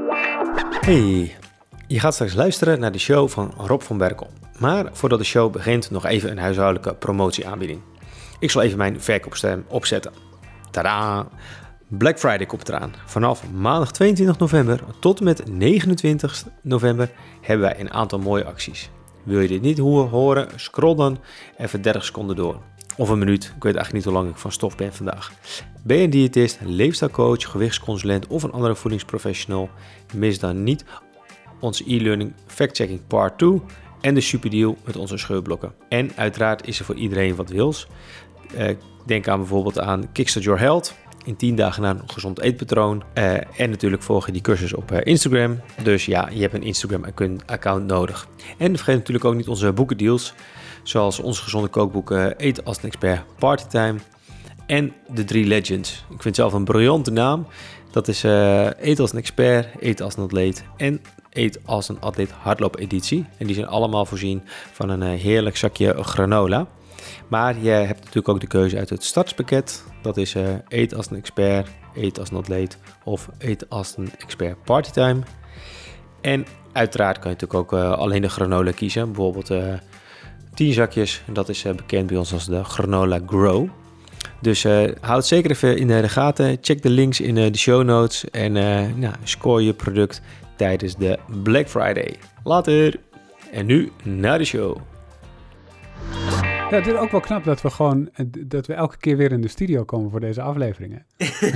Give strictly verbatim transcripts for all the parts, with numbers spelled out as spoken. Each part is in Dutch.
Hey, je gaat straks luisteren naar de show van Rob van Berkel. Maar voordat de show begint nog even een huishoudelijke promotieaanbieding. Ik zal even mijn verkoopstem opzetten. Tadaa! Black Friday komt eraan. Vanaf maandag tweeëntwintig november tot en met negenentwintig november hebben wij een aantal mooie acties. Wil je dit niet horen, scroll dan even dertig seconden door. Of een minuut, ik weet eigenlijk niet hoe lang ik van stof ben vandaag. Ben je een diëtist, leefstijlcoach, gewichtsconsulent of een andere voedingsprofessional? Mis dan niet onze e-learning Fact-Checking Part twee en de superdeal met onze scheurblokken. En uiteraard is er voor iedereen wat wils. Uh, denk aan bijvoorbeeld aan Kickstart Your Health. In tien dagen naar een gezond eetpatroon. Uh, en natuurlijk volg je die cursus op uh, Instagram. Dus ja, je hebt een Instagram-account nodig. En vergeet natuurlijk ook niet onze boekendeals. Zoals onze gezonde kookboeken Eet als een expert, Partytime. En de drie legends. Ik vind het zelf een briljante naam. Dat is uh, Eet als een expert, Eet als een atleet en Eet als een atleet hardloop-editie. En die zijn allemaal voorzien van een uh, heerlijk zakje granola. Maar je hebt natuurlijk ook de keuze uit het startspakket. Dat is uh, Eet als een expert, Eet als een atleet of Eet als een expert Partytime. En uiteraard kan je natuurlijk ook uh, alleen de granola kiezen. Bijvoorbeeld uh, tien zakjes. En dat is uh, bekend bij ons als de Granola Grow. Dus uh, houd zeker even in de gaten. Check de links in uh, de show notes. En uh, nou, score je product tijdens de Black Friday. Later! En nu naar de show. Ja, het is ook wel knap dat we gewoon dat we elke keer weer in de studio komen voor deze afleveringen.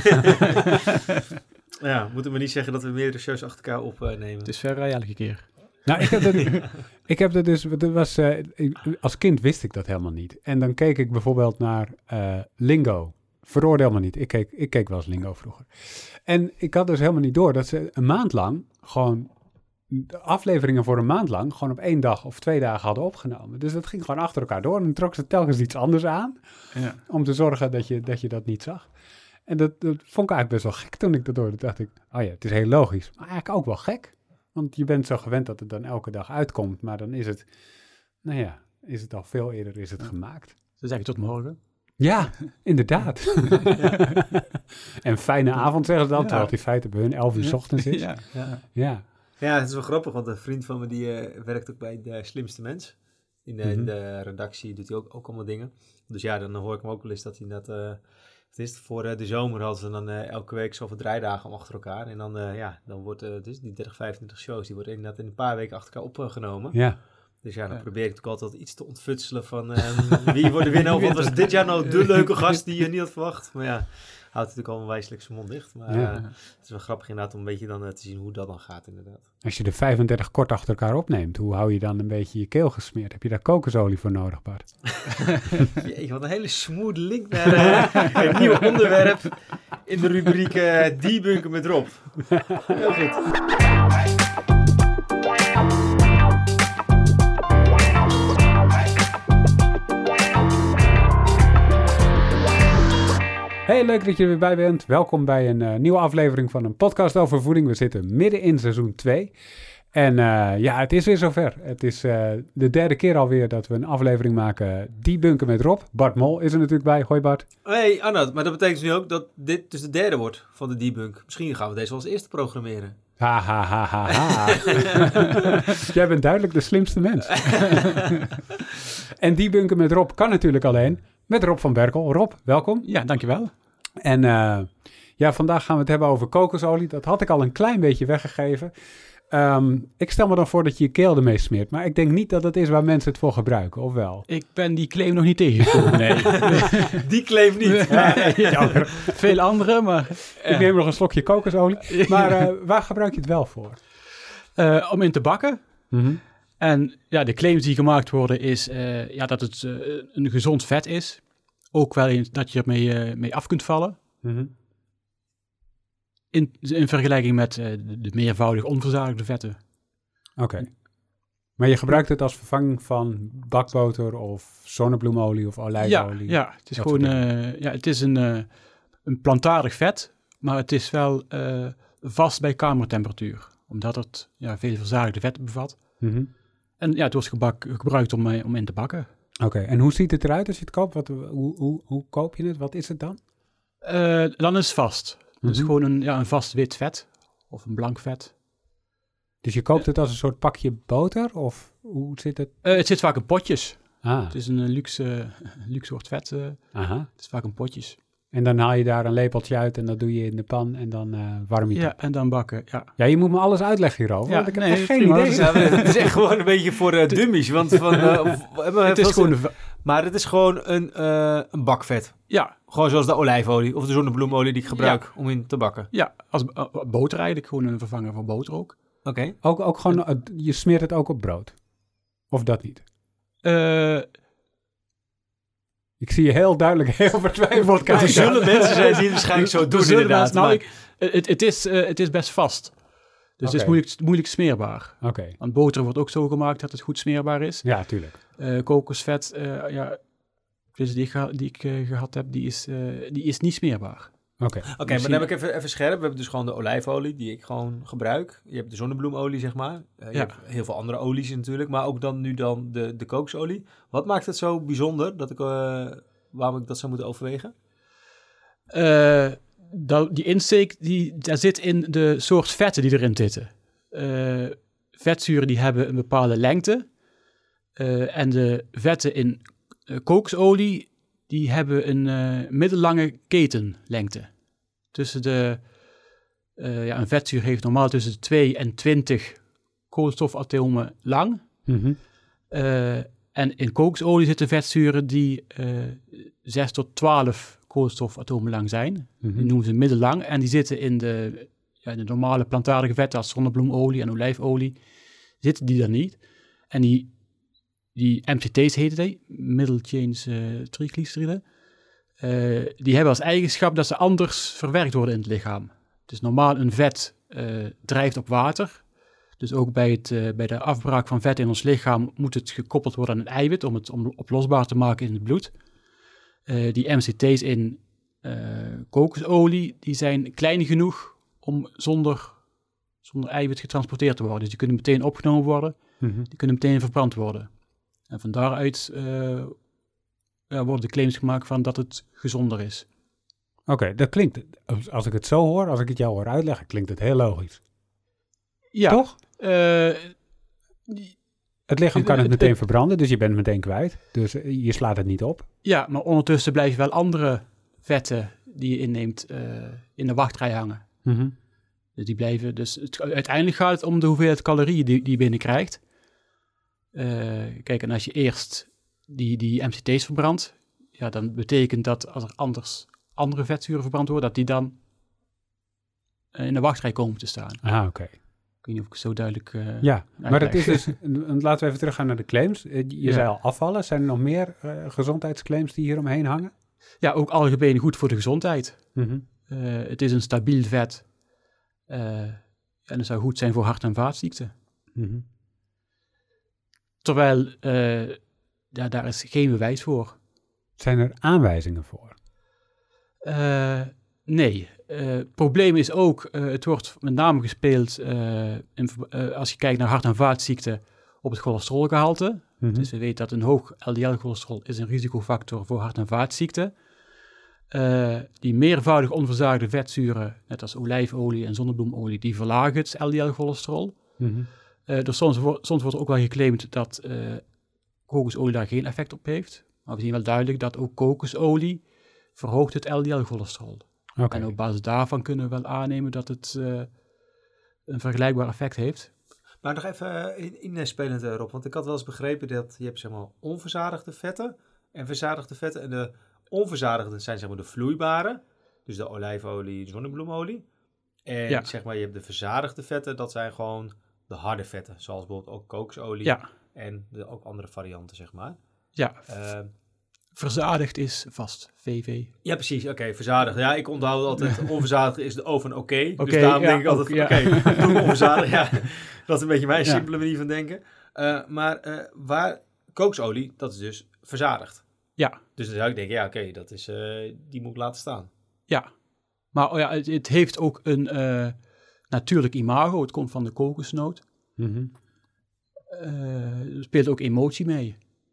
Ja, moeten we niet zeggen dat we meerdere shows achter elkaar opnemen. Het is verrij elke keer. Nou, ik heb dat, ik heb dat dus, dat was, uh, ik, als kind wist ik dat helemaal niet. En dan keek ik bijvoorbeeld naar uh, Lingo. Veroordeel me niet, ik keek, ik keek wel eens Lingo vroeger. En ik had dus helemaal niet door dat ze een maand lang gewoon de afleveringen voor een maand lang gewoon op één dag of twee dagen hadden opgenomen. Dus dat ging gewoon achter elkaar door en dan trok ze telkens iets anders aan. Ja. Om te zorgen dat je, dat je dat niet zag. En dat, dat vond ik eigenlijk best wel gek toen ik dat hoorde. Toen dacht ik, oh ja, het is heel logisch. Maar eigenlijk ook wel gek. Want je bent zo gewend dat het dan elke dag uitkomt. Maar dan is het, nou ja, is het al veel eerder is het ja. gemaakt. Dus eigenlijk tot morgen. Ja, inderdaad. Ja. En fijne avond zeggen ze dan, ja. terwijl het in feite bij hun elf uur 's ochtends is. Ja, ja. ja. Ja, het is wel grappig, want een vriend van me die uh, werkt ook bij De Slimste Mens. In de, mm-hmm. in de redactie doet hij ook, ook allemaal dingen. Dus ja, dan hoor ik hem ook wel eens dat hij net... Uh, wat is het, voor uh, de zomer hadden ze dan uh, elke week zoveel draaidagen achter elkaar. En dan, uh, ja, dan wordt uh, dus die dertig, vijfentwintig shows, die worden inderdaad in een paar weken achter elkaar opgenomen. Ja. Dus ja, dan ja. probeer ik ook altijd iets te ontfutselen van uh, wie wordt de winnaar. Of wat was dit jaar nou de leuke gast die je niet had verwacht. Maar ja... houdt natuurlijk allemaal wijselijk zijn mond dicht. Maar ja. uh, het is wel grappig inderdaad om een beetje dan uh, te zien hoe dat dan gaat inderdaad. Als je de vijfendertig kort achter elkaar opneemt, hoe hou je dan een beetje je keel gesmeerd? Heb je daar kokosolie voor nodig, Bart? Jeetje, wat een hele smooth link naar uh, een nieuw onderwerp in de rubriek uh, Debunken met Rob. Heel goed. Hey, leuk dat je er weer bij bent. Welkom bij een uh, nieuwe aflevering van een podcast over voeding. We zitten midden in seizoen twee. En uh, ja, het is weer zover. Het is uh, de derde keer alweer dat we een aflevering maken. Debunken met Rob. Bart Mol is er natuurlijk bij. Hoi Bart. Hey Arnoud, maar dat betekent nu ook dat dit dus de derde wordt van de debunk. Misschien gaan we deze wel als eerste programmeren. Ha, ha, ha, ha, ha. Jij bent duidelijk de slimste mens. En debunken met Rob kan natuurlijk alleen met Rob van Berkel. Rob, welkom. Ja, dankjewel. En uh, ja, vandaag gaan we het hebben over kokosolie. Dat had ik al een klein beetje weggegeven. Um, ik stel me dan voor dat je je keel ermee smeert. Maar ik denk niet dat dat is waar mensen het voor gebruiken, of wel? Ik ben die claim nog niet tegengekomen, nee. Die claim niet. Nee, ja, veel andere, maar... Ik neem nog een slokje kokosolie. Maar uh, waar gebruik je het wel voor? Uh, om in te bakken. Mm-hmm. En ja, de claims die gemaakt worden is uh, ja, dat het uh, een gezond vet is. Ook wel eens dat je ermee uh, mee af kunt vallen. Mm-hmm. In, in vergelijking met uh, de, de meervoudig onverzadigde vetten. Oké. Okay. Maar je gebruikt het als vervanging van bakboter of zonnebloemolie of olijfolie? Ja, ja, het is gewoon uh, ja, het is een, uh, een plantaardig vet, maar het is wel uh, vast bij kamertemperatuur. Omdat het ja, veel verzadigde vetten bevat. Mm-hmm. En ja, het wordt gebak, gebruikt om, om in te bakken. Oké, okay. En hoe ziet het eruit als je het koopt? Wat, hoe, hoe, hoe koop je het? Wat is het dan? Uh, dan is het vast. Mm-hmm. Dus gewoon een, ja, een vast wit vet of een blank vet. Dus je koopt het als een soort pakje boter? Of hoe zit het? Uh, het zit vaak in potjes. Ah. Het is een uh, luxe, uh, luxe soort vet. Uh. Aha. Het is vaak in potjes. En dan haal je daar een lepeltje uit en dat doe je in de pan en dan uh, warm je het Ja, op. en dan bakken, ja. Ja, je moet me alles uitleggen hierover, Ja, want ik heb nee, echt geen prima. idee. Ja, het is echt gewoon een beetje voor uh, dummies. Want van, uh, we Het is gewoon... Een... Maar het is gewoon een, uh, een bakvet. Ja. Gewoon zoals de olijfolie of de zonnebloemolie die ik gebruik ja. om in te bakken. Ja, als uh, boter eigenlijk. Gewoon een vervanger van boter ook. Oké. Okay. Ook, ook gewoon, uh, je smeert het ook op brood? Of dat niet? Uh, Ik zie je heel duidelijk heel vertwijfeld kijken. Er zullen mensen zijn die het waarschijnlijk zo doen inderdaad. Nou, ik, het, het, is, uh, het is best vast. Dus okay. Het is moeilijk, moeilijk smeerbaar. Okay. Want boter wordt ook zo gemaakt dat het goed smeerbaar is. Ja, tuurlijk. Uh, kokosvet, uh, ja, dus die, ik, die ik uh, gehad heb, die is, uh, die is niet smeerbaar. Oké, okay. okay, maar dan heb ik even, even scherp. We hebben dus gewoon de olijfolie die ik gewoon gebruik. Je hebt de zonnebloemolie, zeg maar. Uh, je ja. hebt heel veel andere olies natuurlijk. Maar ook dan nu dan de, de kokosolie. Wat maakt het zo bijzonder dat ik, uh, waarom ik dat zou moeten overwegen? Uh, dat, die insteek, die, daar zit in de soort vetten die erin zitten. Uh, vetzuren die hebben een bepaalde lengte. Uh, en de vetten in uh, kokosolie... die hebben een uh, middellange ketenlengte. Tussen de, uh, ja, een vetzuur heeft normaal tussen de twee en twintig koolstofatomen lang. Mm-hmm. Uh, en in kokosolie zitten vetzuren die uh, zes tot twaalf koolstofatomen lang zijn. Mm-hmm. Die noemen ze middellang. En die zitten in de, ja, de normale plantaardige vetten als zonnebloemolie en olijfolie. Zitten die daar niet. En die... Die M C T's heten die, middle chains uh, triglyceriden. Uh, die hebben als eigenschap dat ze anders verwerkt worden in het lichaam. Dus normaal een vet uh, drijft op water. Dus ook bij, het, uh, bij de afbraak van vet in ons lichaam moet het gekoppeld worden aan een eiwit om het om oplosbaar te maken in het bloed. Uh, die M C T's in uh, kokosolie, die zijn klein genoeg om zonder, zonder eiwit getransporteerd te worden. Dus die kunnen meteen opgenomen worden, mm-hmm. die kunnen meteen verbrand worden. En van daaruit uh, ja, worden de claims gemaakt van dat het gezonder is. Oké, okay, dat klinkt, als ik het zo hoor, als ik het jou hoor uitleggen, klinkt het heel logisch. Ja. Toch? Uh, het lichaam kan het meteen verbranden, dus je bent het meteen kwijt. Dus je slaat het niet op. Ja, maar ondertussen blijven wel andere vetten die je inneemt uh, in de wachtrij hangen. Mm-hmm. Dus die blijven, dus het, uiteindelijk gaat het om de hoeveelheid calorieën die, die je binnenkrijgt. Uh, kijk, en als je eerst die, die M C T's verbrandt, ja, dan betekent dat als er anders andere vetzuren verbrand worden, dat die dan uh, in de wachtrij komen te staan. Ah, oké. Okay. Ik weet niet of ik zo duidelijk uh, Ja, uitleg. Maar het is dus, laten we even teruggaan naar de claims. Je ja. zei al afvallen. Zijn er nog meer uh, gezondheidsclaims die hier omheen hangen? Ja, ook algemeen goed voor de gezondheid. Mm-hmm. Uh, het is een stabiel vet. Uh, en het zou goed zijn voor hart- en vaatziekten. Mm-hmm. Terwijl, uh, ja, daar is geen bewijs voor. Zijn er aanwijzingen voor? Uh, nee. Het uh, probleem is ook, uh, het wordt met name gespeeld, uh, in, uh, als je kijkt naar hart- en vaatziekten, op het cholesterolgehalte. Mm-hmm. Dus we weten dat een hoog L D L-cholesterol is een risicofactor voor hart- en vaatziekten. Uh, die meervoudig onverzadigde vetzuren, net als olijfolie en zonnebloemolie, die verlagen het L D L-cholesterol. Mm-hmm. Uh, dus soms, wo- soms wordt ook wel geclaimd dat uh, kokosolie daar geen effect op heeft. Maar we zien wel duidelijk dat ook kokosolie verhoogt het L D L-cholesterol. Okay. En op basis daarvan kunnen we wel aannemen dat het uh, een vergelijkbaar effect heeft. Maar nog even inspelend in, Rob, want ik had wel eens begrepen dat je hebt zeg maar onverzadigde vetten en verzadigde vetten. En de onverzadigde zijn zeg maar de vloeibare, dus de olijfolie, de zonnebloemolie. En ja. zeg maar je hebt de verzadigde vetten, dat zijn gewoon de harde vetten, zoals bijvoorbeeld ook kokosolie ja. en de, ook andere varianten zeg maar. Ja. Uh, Verzadigd is vast, V V. Ja, precies. Oké, okay, verzadigd. Ja, ik onthoud altijd, onverzadigd is de O van oké. Okay. Okay, dus daarom ja, denk ik altijd, ja. oké, okay, onverzadigd. Ja, dat is een beetje mijn ja. simpele manier van denken. Uh, maar uh, waar kokosolie, dat is dus verzadigd. Ja. Dus dan zou ik denken, ja, oké, okay, dat is, uh, die moet ik laten staan. Ja, maar oh ja, het, het heeft ook een uh, natuurlijk imago. Het komt van de kokosnoot. Mm-hmm. Uh, er speelt ook emotie mee.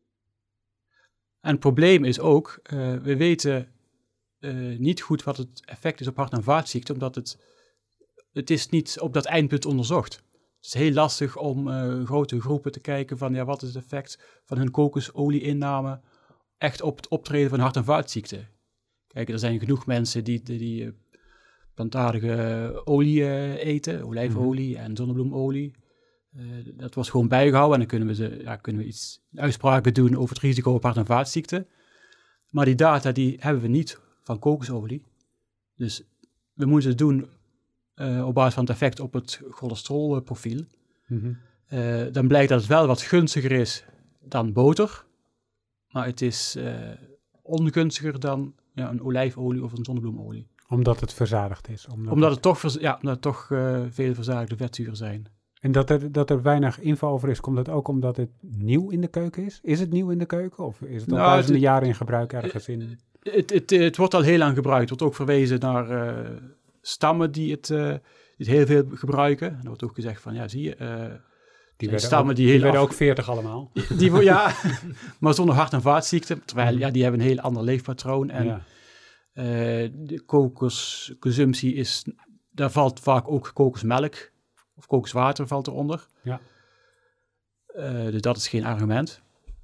En het probleem is ook, uh, we weten uh, niet goed wat het effect is op hart- en vaatziekten, omdat het, het is niet op dat eindpunt onderzocht. Het is heel lastig om uh, grote groepen te kijken van ja, wat is het effect van hun kokosolie-inname echt op het optreden van hart- en vaatziekten. Kijk, er zijn genoeg mensen die, die, die uh, plantaardige olie uh, eten, olijfolie mm-hmm. en zonnebloemolie. Uh, dat wordt gewoon bijgehouden en dan kunnen we, ze, ja, kunnen we iets uitspraken doen over het risico op hart- en vaatziekten. Maar die data die hebben we niet van kokosolie. Dus we moeten het doen uh, op basis van het effect op het cholesterolprofiel. Mm-hmm. Uh, dan blijkt dat het wel wat gunstiger is dan boter. Maar het is uh, ongunstiger dan ja, een olijfolie of een zonnebloemolie. Omdat het verzadigd is? Omdat, omdat het... het toch, vers- ja, omdat het toch uh, veel verzadigde vetzuren zijn. En dat er, dat er weinig info over is, komt dat ook omdat het nieuw in de keuken is? Is het nieuw in de keuken of is het al nou, duizenden het, jaren in gebruik ergens in? Het, het, het wordt al heel lang gebruikt. Het wordt ook verwezen naar uh, stammen die het, uh, die het heel veel gebruiken. En er wordt ook gezegd van, ja zie je... Uh, die werden stammen ook, die, heel die werden af... ook veertig allemaal. Die, ja, maar zonder hart- en vaatziekten. Terwijl mm. ja, die hebben een heel ander leefpatroon. En ja. uh, de kokosconsumptie is... Daar valt vaak ook kokosmelk of kokoswater valt eronder. Ja. Uh, dus dat is geen argument.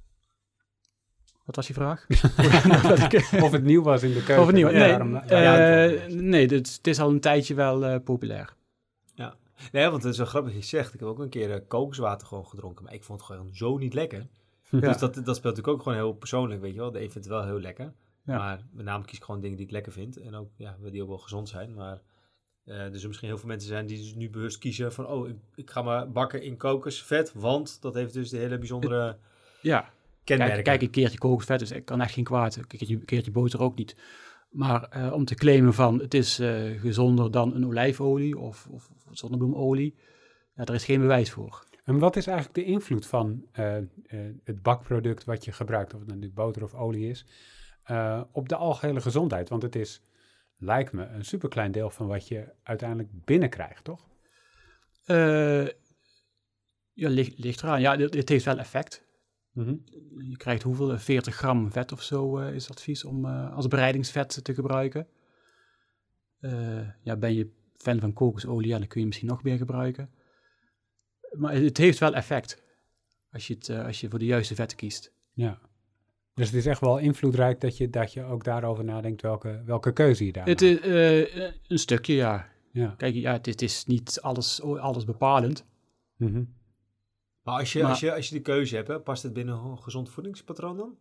Wat was je vraag? Of het nieuw was in de keuken. Of het nieuw, nee, daarom, uh, ja, nee dit, het is al een tijdje wel uh, populair. Ja, nee, want het is zo grappig wat je zegt. Ik heb ook een keer uh, kokoswater gewoon gedronken, maar ik vond het gewoon zo niet lekker. Ja. Dus dat, dat speelt natuurlijk ook gewoon heel persoonlijk, weet je wel. De een vindt het wel heel lekker, ja. maar met name kies ik gewoon dingen die ik lekker vind. En ook, ja, die ook wel gezond zijn, maar... Uh, dus er misschien heel veel mensen zijn die dus nu bewust kiezen van... oh, ik, ik ga maar bakken in kokosvet, want dat heeft dus de hele bijzondere ja. kenmerken. Kijk, kijk, een keertje kokosvet, dus ik kan echt geen kwaad. Een keertje, een keertje boter ook niet. Maar uh, om te claimen van het is uh, gezonder dan een olijfolie of, of zonnebloemolie... Ja, daar is geen bewijs voor. En wat is eigenlijk de invloed van uh, uh, het bakproduct wat je gebruikt... of het nu boter of olie is, uh, op de algehele gezondheid? Want het is... lijkt me een superklein deel van wat je uiteindelijk binnenkrijgt, toch? Uh, ja, ligt, ligt eraan. Ja, het, het heeft wel effect. Mm-hmm. Je krijgt hoeveel? veertig gram vet of zo uh, is advies om uh, als bereidingsvet te gebruiken. Uh, ja, ben je fan van kokosolie, ja, dan kun je misschien nog meer gebruiken. Maar het heeft wel effect als je, het, uh, als je voor de juiste vetten kiest. Ja. Dus het is echt wel invloedrijk dat je, dat je ook daarover nadenkt welke, welke keuze je daar het maakt. is uh, een stukje, ja. ja. Kijk, ja, het, het is niet alles, alles bepalend. Mm-hmm. Maar, als je, maar als, je, als je de keuze hebt, hè, past het binnen een gezond voedingspatroon dan?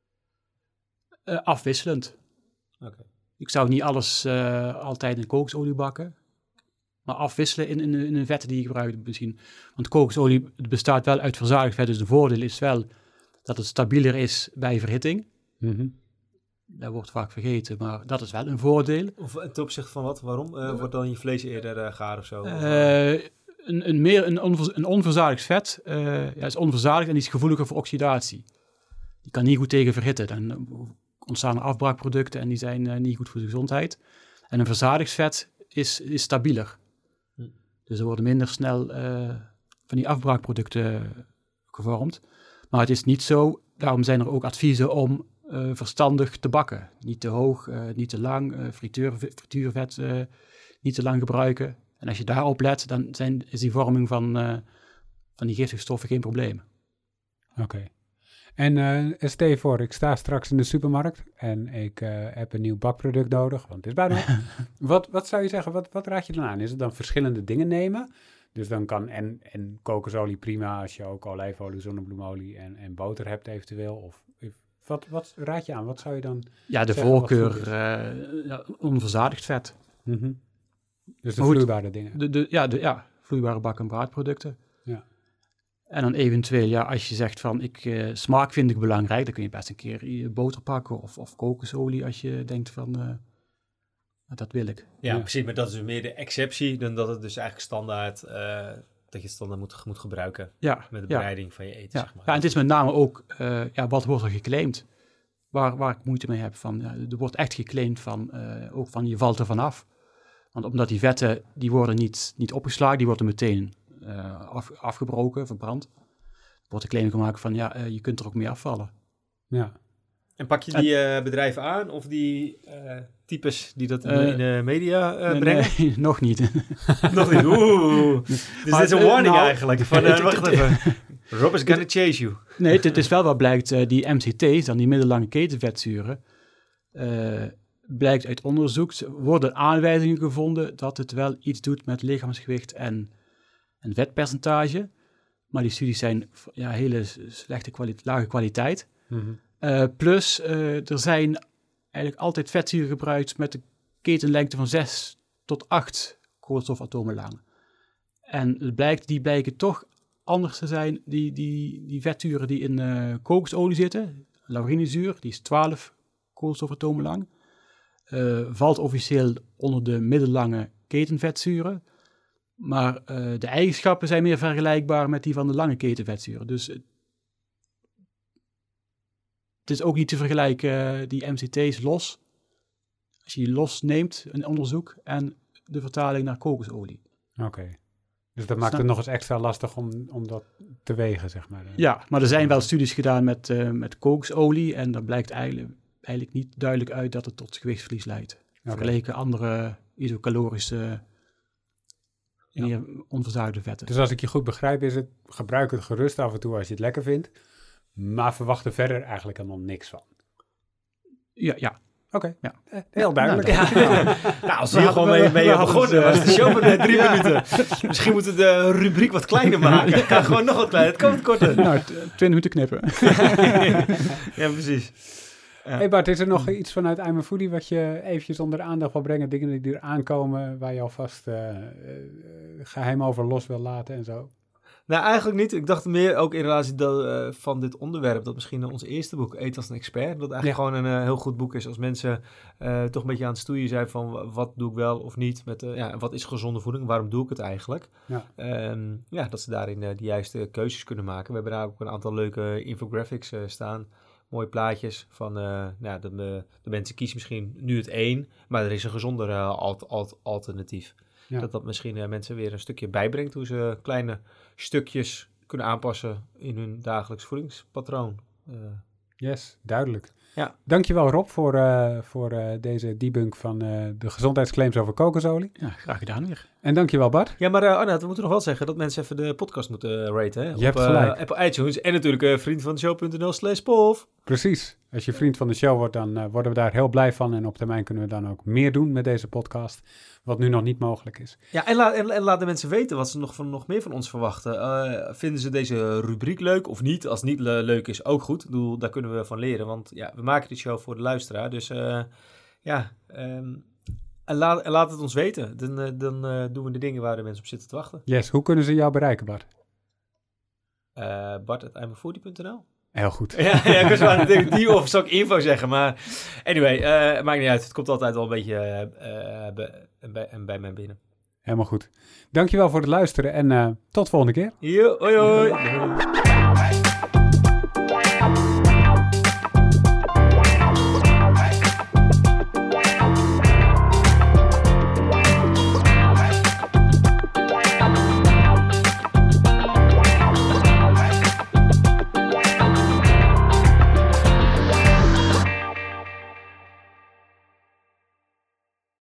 Uh, afwisselend. Okay. Ik zou niet alles uh, altijd in kokosolie bakken. Maar afwisselen in, in, in de vetten die je gebruikt misschien. Want kokosolie bestaat wel uit verzadigd vet. Dus de voordeel is wel... dat het stabieler is bij verhitting. Mm-hmm. Dat wordt vaak vergeten, maar dat is wel een voordeel. Of ten opzichte van wat? Waarom? Uh, wordt dan je vlees eerder uh, gaar of zo? Uh, een, een, meer, een, onver, een onverzadigd vet uh, ja, is onverzadigd en die is gevoeliger voor oxidatie. Die kan niet goed tegen verhitten. Dan ontstaan er afbraakproducten en die zijn uh, niet goed voor de gezondheid. En een verzadigd vet is, is stabieler. Hm. Dus er worden minder snel uh, van die afbraakproducten gevormd. Maar het is niet zo, daarom zijn er ook adviezen om uh, verstandig te bakken. Niet te hoog, uh, niet te lang, uh, frituur, frituurvet uh, niet te lang gebruiken. En als je daarop let, dan zijn, is die vorming van, uh, van die giftige stoffen geen probleem. Oké. Okay. En uh, stel je voor, ik sta straks in de supermarkt en ik uh, heb een nieuw bakproduct nodig, want het is bijna... wat, wat zou je zeggen, wat, wat raad je dan aan? Is het dan verschillende dingen nemen? Dus dan kan en, en kokosolie prima als je ook olijfolie, zonnebloemolie en, en boter hebt eventueel. Of, wat, wat raad je aan? Wat zou je dan Ja, de voorkeur uh, ja, onverzadigd vet. Mm-hmm. Dus de goed, vloeibare dingen. De, de, ja, de, ja, vloeibare bak- en braadproducten. Ja. En dan eventueel, ja, als je zegt van ik uh, smaak vind ik belangrijk, dan kun je best een keer boter pakken of, of kokosolie als je denkt van... Uh, dat wil ik. Ja, ja, precies. Maar dat is meer de exceptie dan dat het dus eigenlijk standaard... Uh, dat je het standaard moet, moet gebruiken ja, met de ja. bereiding van je eten. Ja. Zeg maar. Ja, en het is met name ook, uh, ja, wat wordt er geclaimd? Waar, waar ik moeite mee heb. Van, ja, er wordt echt geclaimd van, uh, ook van je valt er vanaf. Want omdat die vetten, die worden niet, niet opgeslagen, die worden meteen uh, af, afgebroken, verbrand. Er wordt de claim gemaakt van, ja, uh, je kunt er ook mee afvallen. Ja. En pak je die uh, bedrijven aan of die uh, types die dat in, Uh, in de media uh, nee, brengen? Nee, nog niet. Nog niet. Oeh. Dus Maar, dit is een uh, warning nou, eigenlijk. Van, uh, wacht even. Rob is gonna chase you. Nee, het is wel wat blijkt. Uh, die M C T's, dan die middellange ketenvetzuren, uh, blijkt uit onderzoek, worden aanwijzingen gevonden dat het wel iets doet met lichaamsgewicht en, en vetpercentage. Maar die studies zijn ja, hele slechte kwali- lage kwaliteit. Mm-hmm. Uh, plus, uh, er zijn eigenlijk altijd vetzuren gebruikt met een ketenlengte van zes tot acht koolstofatomen lang. En het blijkt, die blijken toch anders te zijn, die, die, die vetzuren die in uh, kokosolie zitten. Laurinezuur, die is twaalf koolstofatomen lang. Uh, valt officieel onder de middellange ketenvetzuren. Maar uh, de eigenschappen zijn meer vergelijkbaar met die van de lange ketenvetzuren. Dus uh, het is ook niet te vergelijken, uh, die M C T's los. Als je die los neemt, een onderzoek, en de vertaling naar kokosolie. Oké. Okay. Dus dat maakt Snap. het nog eens extra lastig om, om dat te wegen, zeg maar. Ja, maar er zijn wel studies gedaan met, uh, met kokosolie. En daar blijkt eigenlijk, eigenlijk niet duidelijk uit dat het tot gewichtsverlies leidt. Okay. Vergeleken andere isocalorische, ja. onverzadigde vetten. Dus als ik je goed begrijp, is het gebruik het gerust af en toe als je het lekker vindt. Maar verwacht er verder eigenlijk helemaal niks van. Ja, ja. Oké, okay. ja. heel duidelijk. Ja, ja. Nou, als we hier gewoon mee, mee begonnen, was de show van uh, drie ja. minuten. Misschien moeten we de rubriek wat kleiner maken. Het kan gewoon nog wat kleiner, het kan wat korter. Nou, twintig minuten knippen. Ja, precies. Ja. Hey Bart, is er nog iets vanuit I'm a Foodie wat je eventjes onder de aandacht wil brengen? Dingen die er aankomen, waar je alvast uh, uh, geheim over los wil laten en zo? Nou, eigenlijk niet. Ik dacht meer ook in relatie dat, uh, van dit onderwerp, dat misschien ons eerste boek, Eet als een expert, dat eigenlijk ja. gewoon een uh, heel goed boek is als mensen uh, toch een beetje aan het stoeien zijn van wat doe ik wel of niet, met uh, ja, wat is gezonde voeding, waarom doe ik het eigenlijk? Ja, um, ja dat ze daarin uh, de juiste keuzes kunnen maken. We hebben daar ook een aantal leuke infographics uh, staan, mooie plaatjes van, uh, nou, de, de, de mensen kiezen misschien nu het één, maar er is een gezonder uh, alt, alt, alternatief. Ja. Dat dat misschien uh, mensen weer een stukje bijbrengt hoe ze kleine stukjes kunnen aanpassen in hun dagelijks voedingspatroon. Uh. Yes, duidelijk. Ja. Dankjewel Rob voor, uh, voor uh, deze debunk van uh, de gezondheidsclaims over kokosolie. Ja, graag gedaan weer. En dankjewel Bart. Ja, maar uh, Arnoud, we moeten nog wel zeggen dat mensen even de podcast moeten uh, raten. Hè? Je Op hebt gelijk. Uh, Apple iTunes en natuurlijk uh, vriendvandeshow.nl slash pof. Precies. Als je vriend van de show wordt, dan uh, worden we daar heel blij van. En op termijn kunnen we dan ook meer doen met deze podcast. Wat nu nog niet mogelijk is. Ja, en, la- en, en laat de mensen weten wat ze nog, van, nog meer van ons verwachten. Uh, vinden ze deze rubriek leuk of niet? Als het niet le- leuk is, ook goed. Ik bedoel, daar kunnen we van leren. Want ja, we maken dit show voor de luisteraar. Dus uh, ja, um, en, la- en laat het ons weten. Dan, uh, dan uh, doen we de dingen waar de mensen op zitten te wachten. Yes, hoe kunnen ze jou bereiken, Bart? Uh, Bart at imafoodie punt n l. Heel goed. Ja, ja, ik was wel natuurlijk die of zou ik info zeggen, maar anyway, uh, maakt niet uit. Het komt altijd wel een beetje uh, uh, bij, bij, bij mij binnen. Helemaal goed. Dankjewel voor het luisteren en uh, tot volgende keer. Yo, hoi hoi.